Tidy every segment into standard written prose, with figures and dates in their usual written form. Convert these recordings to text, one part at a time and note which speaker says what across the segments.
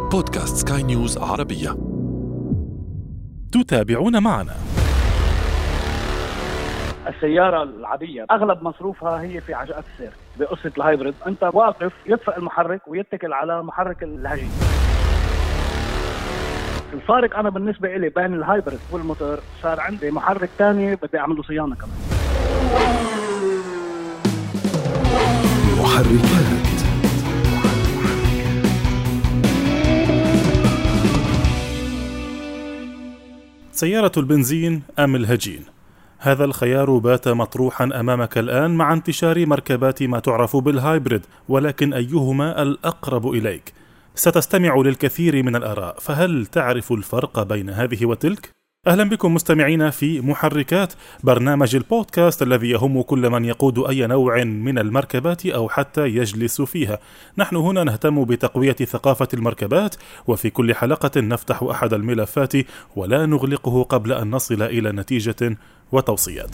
Speaker 1: بودكاست سكاي نيوز عربية.
Speaker 2: تتابعون معنا.
Speaker 3: السيارة العادية أغلب مصروفها هي في عجلات السير. بقصة الهايبريد أنت واقف يطفئ المحرك ويتكل على محرك الهجين. الفارق أنا بالنسبة إلي بين الهايبريد والموتور صار عندي محرك تاني بدي أعمل له صيانة كمان.
Speaker 1: محركات.
Speaker 2: سيارة البنزين أم الهجين؟ هذا الخيار بات مطروحا أمامك الآن مع انتشار مركبات ما تعرف بالهايبريد، ولكن أيهما الأقرب إليك؟ ستستمع للكثير من الآراء، فهل تعرف الفرق بين هذه وتلك؟ أهلا بكم مستمعين في محركات، برنامج البودكاست الذي يهم كل من يقود أي نوع من المركبات أو حتى يجلس فيها. نحن هنا نهتم بتقوية ثقافة المركبات، وفي كل حلقة نفتح أحد الملفات ولا نغلقه قبل أن نصل إلى نتيجة وتوصيات.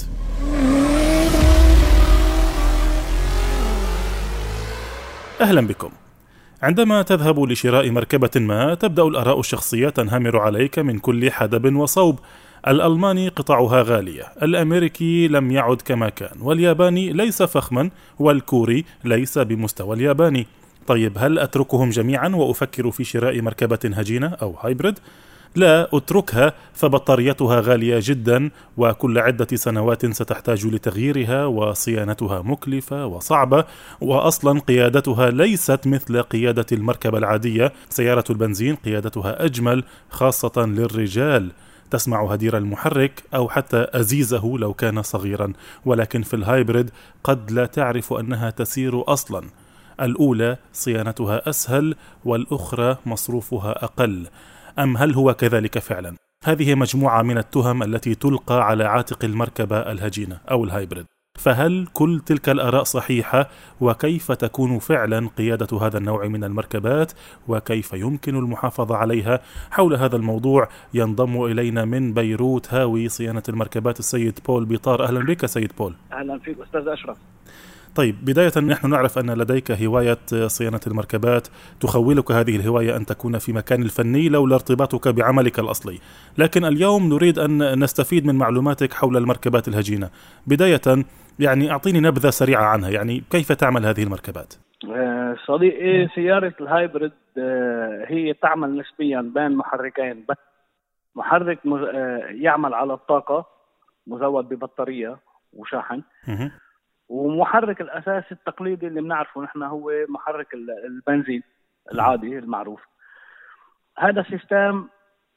Speaker 2: أهلا بكم. عندما تذهب لشراء مركبة ما تبدأ الآراء الشخصية تنهمر عليك من كل حدب وصوب. الألماني قطعها غالية، الأمريكي لم يعد كما كان، والياباني ليس فخما، والكوري ليس بمستوى الياباني. طيب، هل أتركهم جميعا وأفكر في شراء مركبة هجينة أو هايبريد؟ لا أتركها، فبطاريتها غالية جدا، وكل عدة سنوات ستحتاج لتغييرها، وصيانتها مكلفة وصعبة، وأصلا قيادتها ليست مثل قيادة المركبة العادية. سيارة البنزين قيادتها أجمل، خاصة للرجال. تسمع هدير المحرك أو حتى أزيزه لو كان صغيرا، ولكن في الهايبريد قد لا تعرف أنها تسير أصلا. الأولى صيانتها أسهل، والأخرى مصروفها أقل. أم هل هو كذلك فعلا؟ هذه مجموعة من التهم التي تلقى على عاتق المركبة الهجينة أو الهايبريد. فهل كل تلك الآراء صحيحة؟ وكيف تكون فعلا قيادة هذا النوع من المركبات؟ وكيف يمكن المحافظة عليها؟ حول هذا الموضوع ينضم إلينا من بيروت هاوي صيانة المركبات السيد بول بيطار. أهلا بك سيد بول.
Speaker 3: أهلا فيك أستاذ أشرف.
Speaker 2: طيب، بداية نحن نعرف أن لديك هواية صيانة المركبات، تخولك هذه الهواية أن تكون في مكان الفني لولا ارتباطك بعملك الأصلي، لكن اليوم نريد أن نستفيد من معلوماتك حول المركبات الهجينة. بداية أعطيني نبذة سريعة عنها، كيف تعمل هذه المركبات؟
Speaker 3: صديقي، سيارة الهايبريد هي تعمل نسبيا بين محركين. محرك يعمل على الطاقة مزود ببطارية وشاحن، ومحرك الأساسي التقليدي اللي بنعرفه نحن هو محرك البنزين العادي المعروف. هذا السيستم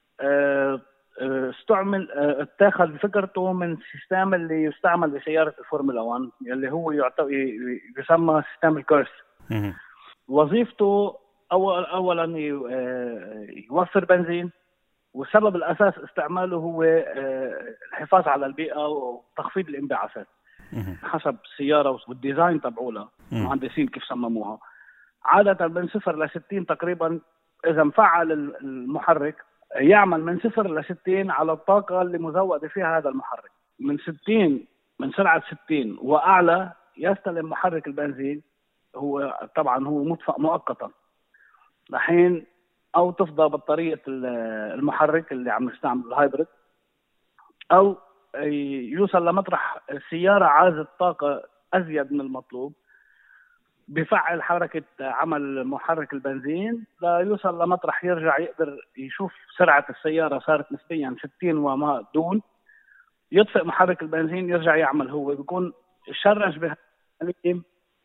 Speaker 3: اتاخذ فكرته من السيستم اللي يستعمل بسيارة الفورمولا 1 اللي هو يسمى سيستم الكورس. وظيفته أولا يوفر بنزين، والسبب الأساس استعماله هو الحفاظ على البيئة وتخفيض الانبعاثات حسب السيارة والديزاين تبعولها مهندسين كيف صمموها. عادة من 0 ل 60 تقريبا إذا مفعل المحرك يعمل من 0 ل 60 على الطاقة اللي مزودة فيها هذا المحرك. من سرعة 60 وأعلى يستلم محرك البنزين، هو طبعا هو مطفأ مؤقتا لحين أو تفضى بطارية المحرك اللي عم نستعمل الهايبريد، أو يوصل لمطرح السيارة عايزة طاقة أزيد من المطلوب، بفعل حركة عمل محرك البنزين لا يوصل لمطرح يرجع يقدر يشوف سرعة السيارة صارت نسبيا 60 وما دون، يطفئ محرك البنزين يرجع يعمل. هو بيكون شرج بهذه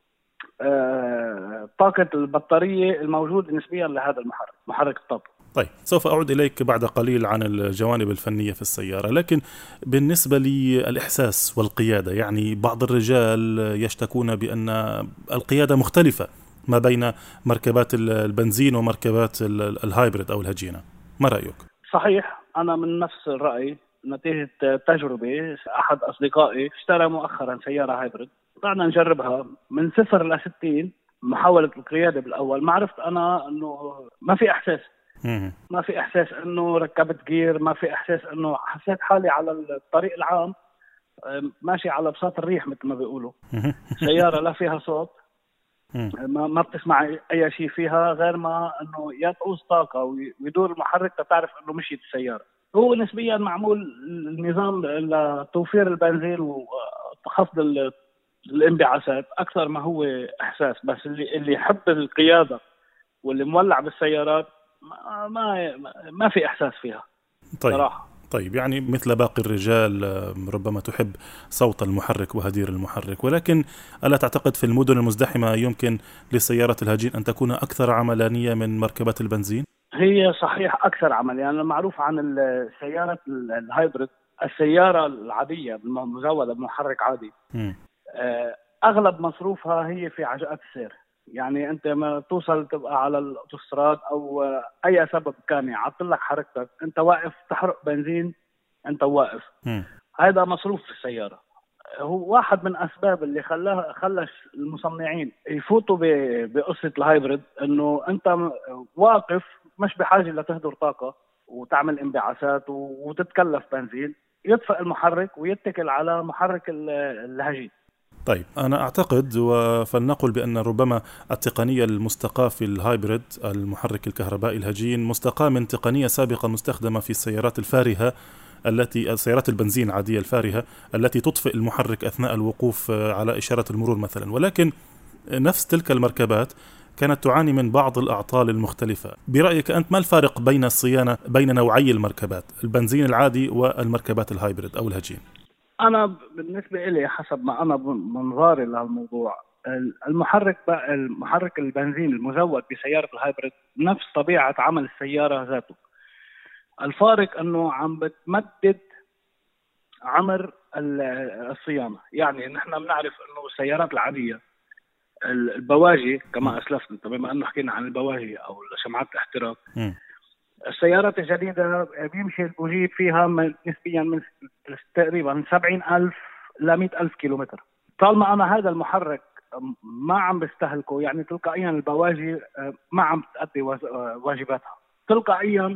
Speaker 3: طاقة البطارية الموجود نسبيا لهذا محرك الطاقة.
Speaker 2: طيب، سوف أعود إليك بعد قليل عن الجوانب الفنية في السيارة، لكن بالنسبة للإحساس والقيادة، بعض الرجال يشتكون بأن القيادة مختلفة ما بين مركبات البنزين ومركبات الهايبريد أو الهجينة. ما رأيك؟
Speaker 3: صحيح، أنا من نفس الرأي. نتيجة تجربة، أحد أصدقائي اشترى مؤخرا سيارة هايبريد، طلعنا نجربها من 0 ل 60 محاولة القيادة. بالأول ما عرفت أنا أنه ما في إحساس أنه ركبت جير، ما في إحساس أنه حسيت حالي على الطريق العام ماشي على بساط الريح مثل ما بيقولوا. سيارة لا فيها صوت ما بتسمع اي شيء فيها غير ما انه يا تعوز طاقه ويدور المحرك تتعرف انه مشيت السياره. هو نسبيا معمول النظام لتوفير البنزين وخفض الانبعاثات اكثر ما هو احساس. بس اللي يحب القياده واللي مولع بالسيارات ما في احساس فيها.
Speaker 2: طيب
Speaker 3: صراحه.
Speaker 2: طيب يعني مثل باقي الرجال ربما تحب صوت المحرك وهدير المحرك، ولكن ألا تعتقد في المدن المزدحمة يمكن لسيارة الهجين أن تكون أكثر عملانية من مركبة البنزين؟
Speaker 3: هي صحيح أكثر عمل، يعني معروف عن السيارة الهايبريد، السيارة العادية المزودة بمحرك عادي أغلب مصروفها هي في عجلات السير. يعني أنت ما توصل تبقى على الأوتوستراد أو أي سبب كان يعطل لك حركتك، أنت واقف تحرق بنزين، أنت واقف. هذا مصروف في السيارة. هو واحد من أسباب اللي خلى المصنعين يفوتوا بقصة الهايبريد، إنه أنت واقف مش بحاجة لتهدر طاقة وتعمل انبعاثات وتتكلف بنزين، يطفئ المحرك ويتكل على محرك الهجين.
Speaker 2: طيب أنا أعتقد فلنقل بأن ربما التقنية المستقاة في الهايبريد المحرك الكهربائي الهجين مستقاة من تقنية سابقة مستخدمة في السيارات الفارهة، سيارات البنزين العادية الفارهة التي تطفئ المحرك أثناء الوقوف على إشارة المرور مثلا. ولكن نفس تلك المركبات كانت تعاني من بعض الأعطال المختلفة. برأيك أنت ما الفارق بين الصيانة بين نوعي المركبات، البنزين العادي والمركبات الهايبريد أو الهجين؟
Speaker 3: أنا بالنسبة إلي حسب ما أنا منظاري لهالموضوع، المحرك البنزين المزود بسيارة الهايبريد نفس طبيعة عمل السيارة ذاته. الفارق أنه عم بتمدد عمر الصيانة. يعني نحن بنعرف أنه السيارات العادية البواجي كما أسلفت، بما أنه حكينا عن البواجي أو شمعات الاحتراق، السيارات الجديدة بيمشي البوجيه فيها نسبيا من تقريبا 70,000 ل 100,000 كيلومتر. طالما أنا هذا المحرك ما عم بستهلكه، يعني تلقائيا البواجي ما عم تأدي واجباتها، تلقائيا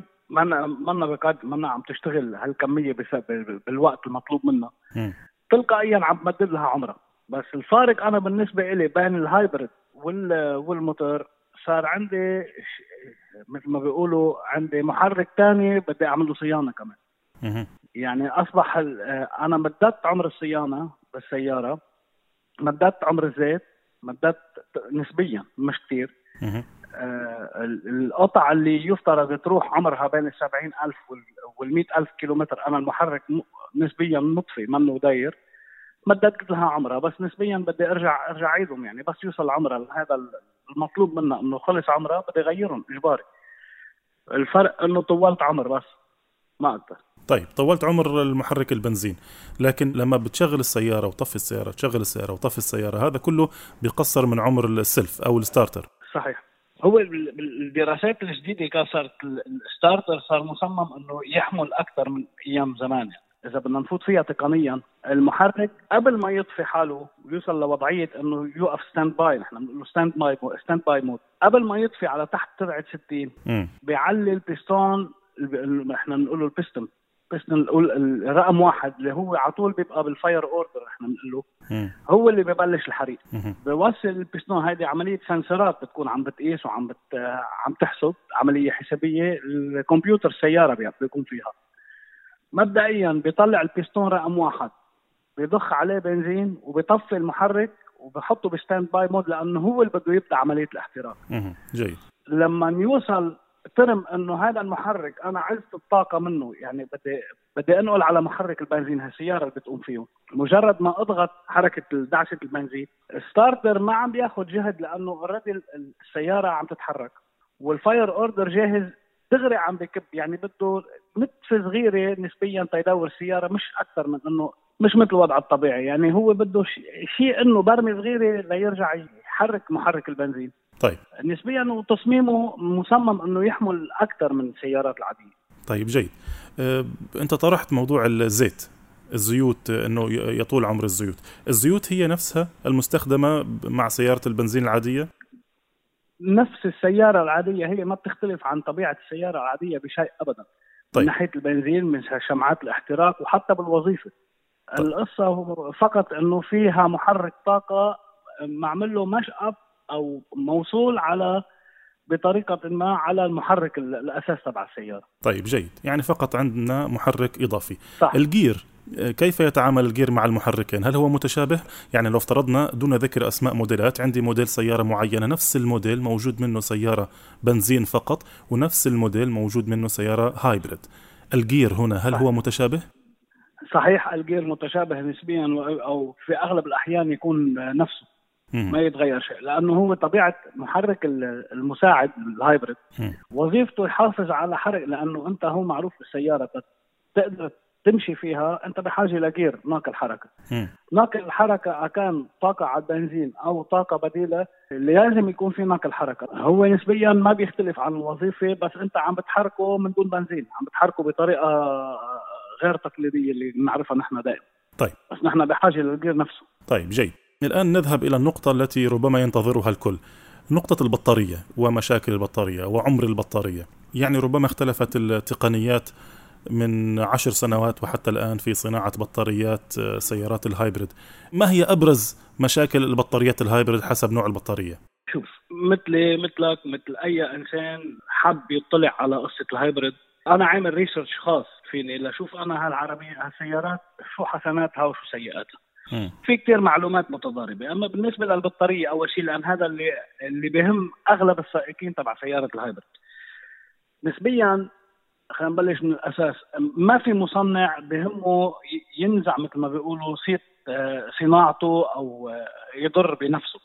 Speaker 3: ما عم تشتغل هالكمية بالوقت المطلوب منها، تلقائيا عم بمدد لها عمرها. بس الفارق أنا بالنسبة إلي بين الهايبريد والموتور، صار عندي مثل ما بيقولوا عندي محرك تاني بدي أعمل له صيانة كمان. يعني أصبح أنا مددت عمر الصيانة بالسيارة، مددت عمر الزيت، مددت نسبيا مش كتير. القطع اللي يفترض تروح عمرها بين 70,000 وال100,000 كيلومتر، أنا المحرك نسبيا مطفي منه داير، مددت لها عمرها، بس نسبيا بدي ارجع اعيدهم. يعني بس يوصل عمرها هذا المطلوب منا انه خلص عمرها بدي اغيرهم اجباري. الفرق انه طولت عمر بس ما اكثر.
Speaker 2: طيب طولت عمر المحرك البنزين، لكن لما بتشغل السيارة وطفي السيارة، تشغل السيارة وطفي السيارة، هذا كله بيقصر من عمر السلف او الستارتر.
Speaker 3: صحيح. هو الدراسات الجديدة كان صارت الستارتر صار مصمم انه يحمل اكثر من ايام زمان. إذا بدنا نفوت فيها تقنيا، المحرك قبل ما يطفي حاله ويوصل لوضعية إنه يوقف ستاند باي، نحن بنقول ستاند باي مود، قبل ما يطفي على تحت تبعة 60 بيعلي البيستون، نحن بنقوله البيستون الرقم 1 اللي هو على طول بيبقى بالفاير اوردر، نحن بنقوله هو اللي ببلش الحريق. بوصل البيستون، هذه عملية سنسورات بتكون عم بتقيس وعم عم تحسب، عملية حسابية الكمبيوتر السيارة بيكون فيها. مبدئيا بيطلع البيستون رقم 1، بيضخ عليه بنزين وبيطفي المحرك وبحطه بستاند باي مود، لانه هو اللي بده يبدا عمليه الاحتراق.
Speaker 2: جيد.
Speaker 3: لما يوصل ترم انه هذا المحرك انا عزت الطاقه منه، يعني بدي انقل على محرك البنزين، هالسياره اللي بتقوم فيه، مجرد ما اضغط حركه دعسه البنزين، الستارتر ما عم بياخذ جهد لانه اوريدي السياره عم تتحرك، والفاير اوردر جاهز دغري عم بكب. يعني بده نتفه صغيره نسبيا تيدور السياره، مش اكثر من انه مش مثل الوضع الطبيعي. يعني هو بده شيء انه برمي صغيره ليرجع يحرك محرك البنزين.
Speaker 2: طيب
Speaker 3: نسبيا وتصميمه مصمم انه يحمل اكثر من السيارات العاديه.
Speaker 2: طيب جيد. انت طرحت موضوع الزيوت انه يطول عمر الزيوت هي نفسها المستخدمه مع سياره البنزين العاديه؟
Speaker 3: نفس السيارة العادية، هي ما بتختلف عن طبيعة السيارة العادية بشيء أبدا.
Speaker 2: طيب.
Speaker 3: من ناحية البنزين، من شمعات الاحتراق، وحتى بالوظيفة. طيب. القصة هو فقط أنه فيها محرك طاقة معمل له مش أب او موصول على بطريقه ما على المحرك الاساس تبع السياره.
Speaker 2: طيب جيد، يعني فقط عندنا محرك اضافي.
Speaker 3: صح.
Speaker 2: الجير، كيف يتعامل الجير مع المحركين؟ هل هو متشابه؟ يعني لو افترضنا دون ذكر اسماء موديلات، عندي موديل سياره معينه نفس الموديل موجود منه سياره بنزين فقط، ونفس الموديل موجود منه سياره هايبريد، الجير هنا هل هو متشابه؟
Speaker 3: صحيح، الجير متشابه نسبيا، او في اغلب الاحيان يكون نفسه ما يتغير شيء، لانه هو طبيعه محرك المساعد الهايبريد وظيفته يحافظ على حرق، لانه انت هو معروف بالسياره تقدر تمشي فيها انت بحاجه لجير ناقل حركه. ناقل الحركه كان طاقه على البنزين او طاقه بديله، اللي لازم يكون في ناقل حركه. هو نسبيا ما بيختلف عن الوظيفه، بس انت عم بتحركه من دون بنزين، عم بتحركه بطريقه غير تقليديه اللي بنعرفها نحن دائما.
Speaker 2: طيب
Speaker 3: بس نحن بحاجه للجير نفسه.
Speaker 2: طيب جيد، الآن نذهب إلى النقطة التي ربما ينتظرها الكل، نقطة البطارية ومشاكل البطارية وعمر البطارية. يعني ربما اختلفت التقنيات من 10 سنوات وحتى الآن في صناعة بطاريات سيارات الهايبريد. ما هي أبرز مشاكل البطاريات الهايبريد حسب نوع البطارية؟
Speaker 3: شوف، مثلي مثلك مثل أي إنسان حب يطلع على قصة الهايبريد، أنا عامل ريسيرش خاص فيني لشوف أنا هالعربية هالسيارات شو حسناتها وشو سيئاتها. في كتير معلومات متضاربة. أما بالنسبة للبطارية أول شيء، لأن هذا اللي بهم أغلب السائقين تبع سيارة الهايبريد. نسبيا خلينا نبلش من الأساس، ما في مصنع بهمه ينزع مثل ما بيقولوا صيت صناعته أو يضر بنفسه.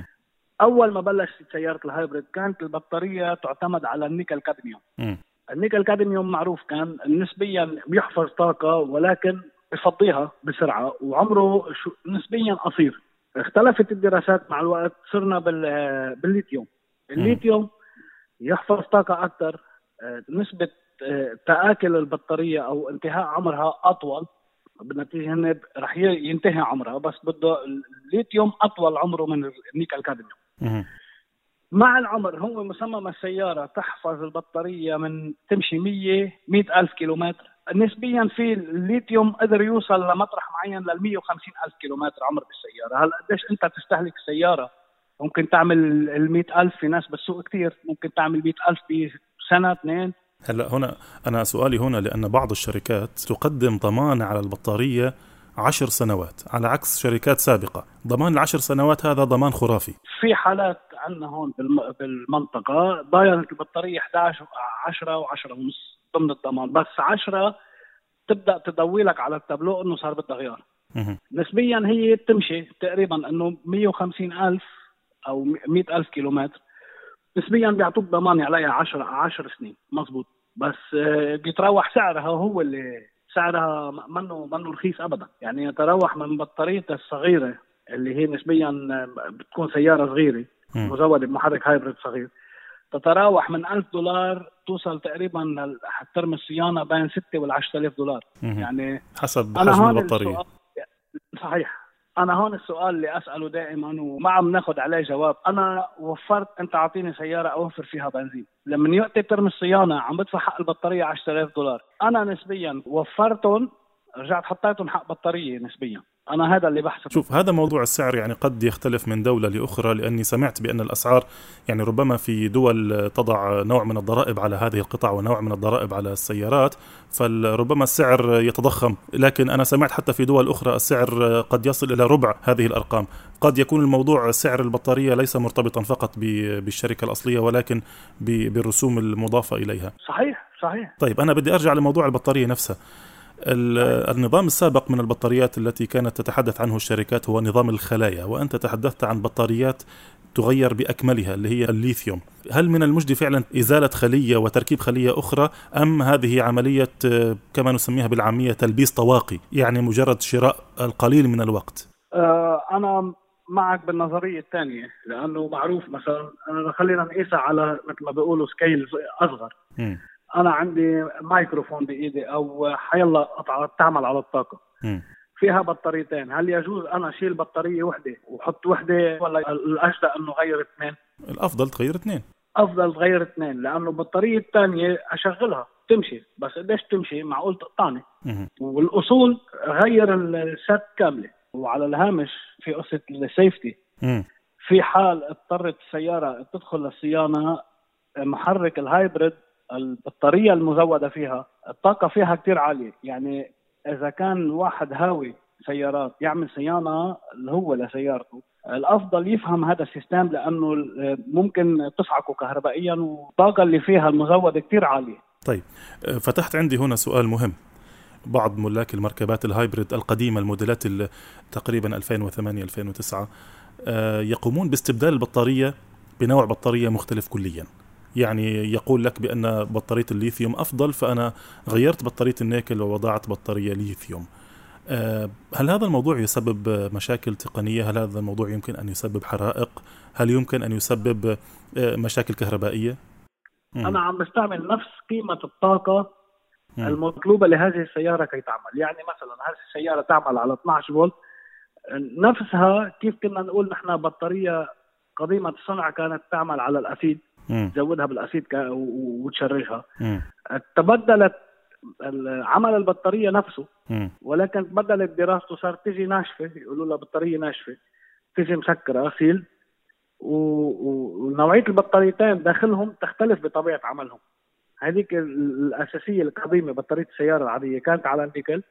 Speaker 3: أول ما بلشت سيارة الهايبريد كانت البطارية تعتمد على النيكل كادميوم. النيكل كادميوم معروف كان نسبيا بيحفظ طاقة، ولكن بفضيها بسرعة، وعمره نسبيا قصير. اختلفت الدراسات مع الوقت، صرنا بالليثيوم. الليثيوم يحفظ طاقة أكثر، نسبة تآكل البطارية أو انتهاء عمرها أطول، بالنتيجة هن رح ينتهي عمرها، بس بده الليثيوم أطول عمره من النيكل كادميوم. مع العمر هو مصمم السيارة تحفظ البطارية من تمشي 100 ألف كيلومتر. نسبيا في الليثيوم قدر يوصل لمطرح معين لل 150 ألف كيلومتر عمر بالسيارة. هلا قديش أنت تستهلك السيارة؟ ممكن تعمل ال 100 ألف، في ناس بالسوق كتير ممكن تعمل 100 ألف بسنة 2.
Speaker 2: هلا هنا أنا سؤالي هنا، لأن بعض الشركات تقدم ضمان على البطارية 10 سنوات على عكس شركات سابقة. ضمان ال10 سنوات هذا ضمان خرافي.
Speaker 3: في حالات عندنا هون بالمنطقة ضايلت البطارية 11 10 و10 ونص ضمن الضمان، بس 10 تبدأ تضوي لك على التابلو إنه صار بدها غيار. نسبيا هي تمشي تقريبا إنه 150 ألف أو 100 ألف كيلومتر، نسبيا بيعطوك ضمان عليها 10 سنين مزبوط. بس بيتراوح سعرها، هو اللي سعرها منه رخيص أبدا. يعني يتراوح من بطارية الصغيرة اللي هي نسبيا بتكون سيارة صغيرة مزودة بمحرك هايبريد صغير، تتراوح من $1000 توصل تقريبا ترم الصيانة بين 6 وال10,000 دولار. يعني
Speaker 2: حسب حجم البطارية.
Speaker 3: صحيح. أنا هون السؤال اللي أسأله دائما وما عم ناخد عليه جواب، أنا وفرت، أنت عطيني سيارة أوفر فيها بنزين، لما يأتي ترم الصيانة عم بدفع حق البطارية $10,000. أنا نسبيا وفرتهم، رجعت حطيتهم حق بطارية نسبيا. أنا هذا اللي بحسب.
Speaker 2: شوف، هذا موضوع السعر يعني قد يختلف من دولة لأخرى، لأني سمعت بأن الأسعار يعني ربما في دول تضع نوع من الضرائب على هذه القطع ونوع من الضرائب على السيارات، فربما السعر يتضخم. لكن أنا سمعت حتى في دول أخرى السعر قد يصل إلى ربع هذه الأرقام. قد يكون الموضوع سعر البطارية ليس مرتبطا فقط بالشركة الأصلية، ولكن بالرسوم المضافة إليها.
Speaker 3: صحيح.
Speaker 2: طيب أنا بدي أرجع لموضوع البطارية نفسها. النظام السابق من البطاريات التي كانت تتحدث عنه الشركات هو نظام الخلايا، وأنت تحدثت عن بطاريات تغير بأكملها اللي هي الليثيوم. هل من المجدي فعلا إزالة خلية وتركيب خلية أخرى، أم هذه عملية كما نسميها بالعامية تلبيس طواقي، يعني مجرد شراء القليل من الوقت؟
Speaker 3: أنا معك بالنظرية الثانية، لأنه معروف مثلا خلينا نقيسها على مثل ما بيقولوا سكيل أصغر. أنا عندي مايكروفون بإيدي أو حيلا قطعة تعمل على الطاقة فيها بطاريتين، هل يجوز أنا أشيل بطارية وحدة وحط وحدة، ولا الأجدى أنه غير 2؟
Speaker 2: الأفضل تغير 2.
Speaker 3: أفضل تغير 2، لأنه البطارية الثانية أشغلها تمشي، بس قديش تمشي معقول تقطعني. والأصول غير السات كاملة. وعلى الهامش في قصة السيفتي، في حال اضطرت السيارة تدخل للصيانة، محرك الهايبريد البطارية المزودة فيها الطاقة فيها كتير عالية. يعني إذا كان واحد هاوي سيارات يعمل صيانة اللي هو لسيارته، الأفضل يفهم هذا السيستم، لأنه ممكن تصعقه كهربائيا والطاقة اللي فيها المزودة كتير عالية.
Speaker 2: طيب، فتحت عندي هنا سؤال مهم. بعض ملاك المركبات الهايبريد القديمة، الموديلات تقريبا 2008-2009، يقومون باستبدال البطارية بنوع بطارية مختلف كليا. يعني يقول لك بأن بطارية الليثيوم أفضل، فأنا غيرت بطارية النيكل ووضعت بطارية ليثيوم. هل هذا الموضوع يسبب مشاكل تقنية؟ هل هذا الموضوع يمكن أن يسبب حرائق؟ هل يمكن أن يسبب مشاكل كهربائية؟
Speaker 3: أنا عم بستعمل نفس قيمة الطاقة المطلوبة لهذه السيارة كي تعمل. يعني مثلا هذه السيارة تعمل على 12 فولت، نفسها كيف كنا نقول نحن بطارية قديمة الصنع كانت تعمل على الأسيد، تزودها بالأسيد وتشرجها. تبدلت عمل البطارية نفسه، ولكن تبدلت دراسته، صارت تجي ناشفة، يقولوا لها بطارية ناشفة، تجي مسكرة سيل، ونوعية البطاريتين داخلهم تختلف بطبيعة عملهم. هذيك الأساسية القديمة بطارية السيارة العادية كانت على النيكل،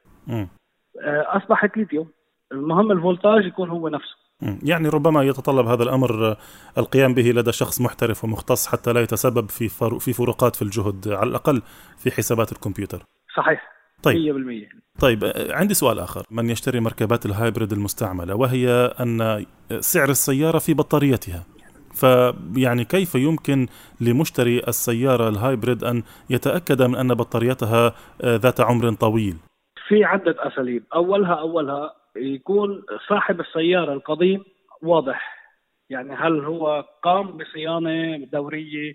Speaker 3: أصبحت ليثيوم. المهم الفولتاج يكون هو نفسه.
Speaker 2: يعني ربما يتطلب هذا الأمر القيام به لدى شخص محترف ومختص حتى لا يتسبب في فروقات في الجهد، على الأقل في حسابات الكمبيوتر.
Speaker 3: صحيح.
Speaker 2: طيب
Speaker 3: 100%.
Speaker 2: طيب، عندي سؤال آخر. من يشتري مركبات الهايبريد المستعملة، وهي أن سعر السيارة في بطاريتها، فيعني كيف يمكن لمشتري السيارة الهايبريد أن يتأكد من أن بطاريتها ذات عمر طويل؟
Speaker 3: في عدة أساليب. أولها يكون صاحب السيارة القديم واضح، يعني هل هو قام بصيانة دورية،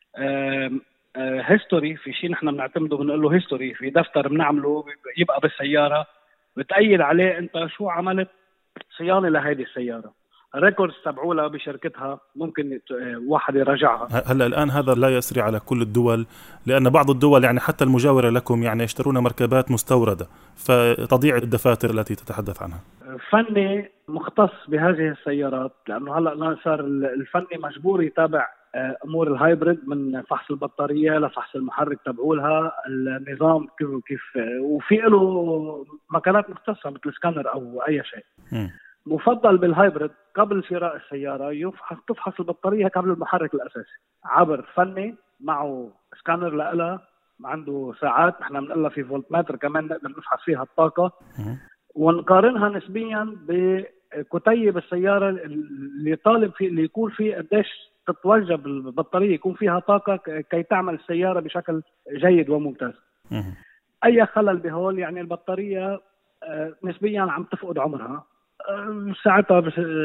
Speaker 3: هيستوري، في شيء نحن بنعتمده بنقول له هيستوري، في دفتر بنعمله يبقى بالسيارة بتأيد عليه أنت شو عملت صيانة لهذه السيارة. ريكوردز تبعولها بشركتها ممكن واحد يراجعها.
Speaker 2: هلا الآن هذا لا يسري على كل الدول، لأن بعض الدول يعني حتى المجاورة لكم يعني يشترون مركبات مستوردة، فتضيع الدفاتر التي تتحدث عنها.
Speaker 3: فني مختص بهذه السيارات، لأنه هلا صار الفني مجبور يتابع أمور الهايبريد، من فحص البطارية لفحص المحرك تبعولها، النظام كيف وفي له مكانات مختصة مثل سكانر أو أي شيء. مفضل بالهايبريد قبل شراء السيارة تفحص البطارية قبل المحرك الأساسي عبر فني معه سكانر لها، عنده ساعات نحن بنقلها في فولت متر كمان نقدر نفحص فيها الطاقة، ونقارنها نسبيا بكتيب السيارة اللي طالب فيه، اللي يكون فيه قديش تتوجب البطارية يكون فيها طاقة كي تعمل السيارة بشكل جيد وممتاز. أي خلل بهول يعني البطارية نسبيا عم تفقد عمرها، ساعتها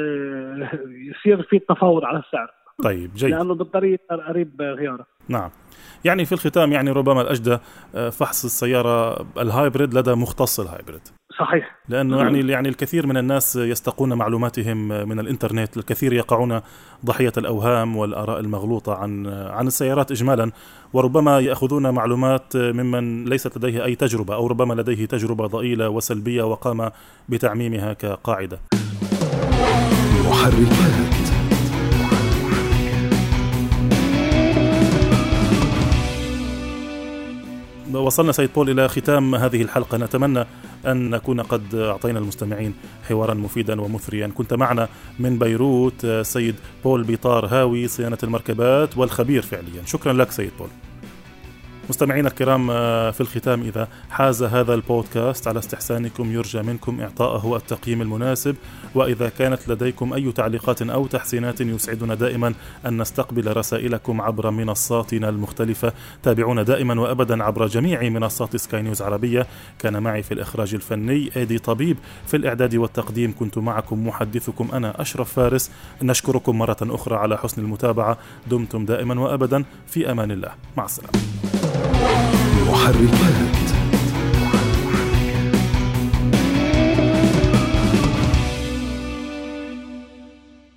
Speaker 3: يصير في تفاوض على السعر.
Speaker 2: طيب جيد،
Speaker 3: لأنه البطارية قريب غيارها.
Speaker 2: نعم. يعني في الختام يعني ربما الأجدى فحص السيارة الهايبريد لدى مختص الهايبريد.
Speaker 3: صحيح.
Speaker 2: لأنه يعني الكثير من الناس يستقون معلوماتهم من الإنترنت، الكثير يقعون ضحية الأوهام والآراء المغلوطة عن السيارات إجمالا، وربما يأخذون معلومات ممن ليست لديه أي تجربة، أو ربما لديه تجربة ضئيلة وسلبية وقام بتعميمها كقاعدة. محركات. وصلنا سيد بول إلى ختام هذه الحلقة. نتمنى أن نكون قد أعطينا المستمعين حوارا مفيدا ومثريا. كنت معنا من بيروت سيد بول بيطار، هاوي صيانة المركبات والخبير فعليا. شكرا لك سيد بول. مستمعينا الكرام، في الختام إذا حاز هذا البودكاست على استحسانكم يرجى منكم إعطائه التقييم المناسب، وإذا كانت لديكم أي تعليقات أو تحسينات يسعدنا دائما أن نستقبل رسائلكم عبر منصاتنا المختلفة. تابعونا دائما وأبدا عبر جميع منصات سكاي نيوز عربية. كان معي في الإخراج الفني إيدي طبيب، في الإعداد والتقديم كنت معكم محدثكم أنا أشرف فارس. نشكركم مرة أخرى على حسن المتابعة. دمتم دائما وأبدا في أمان الله. مع السلامة. محركات.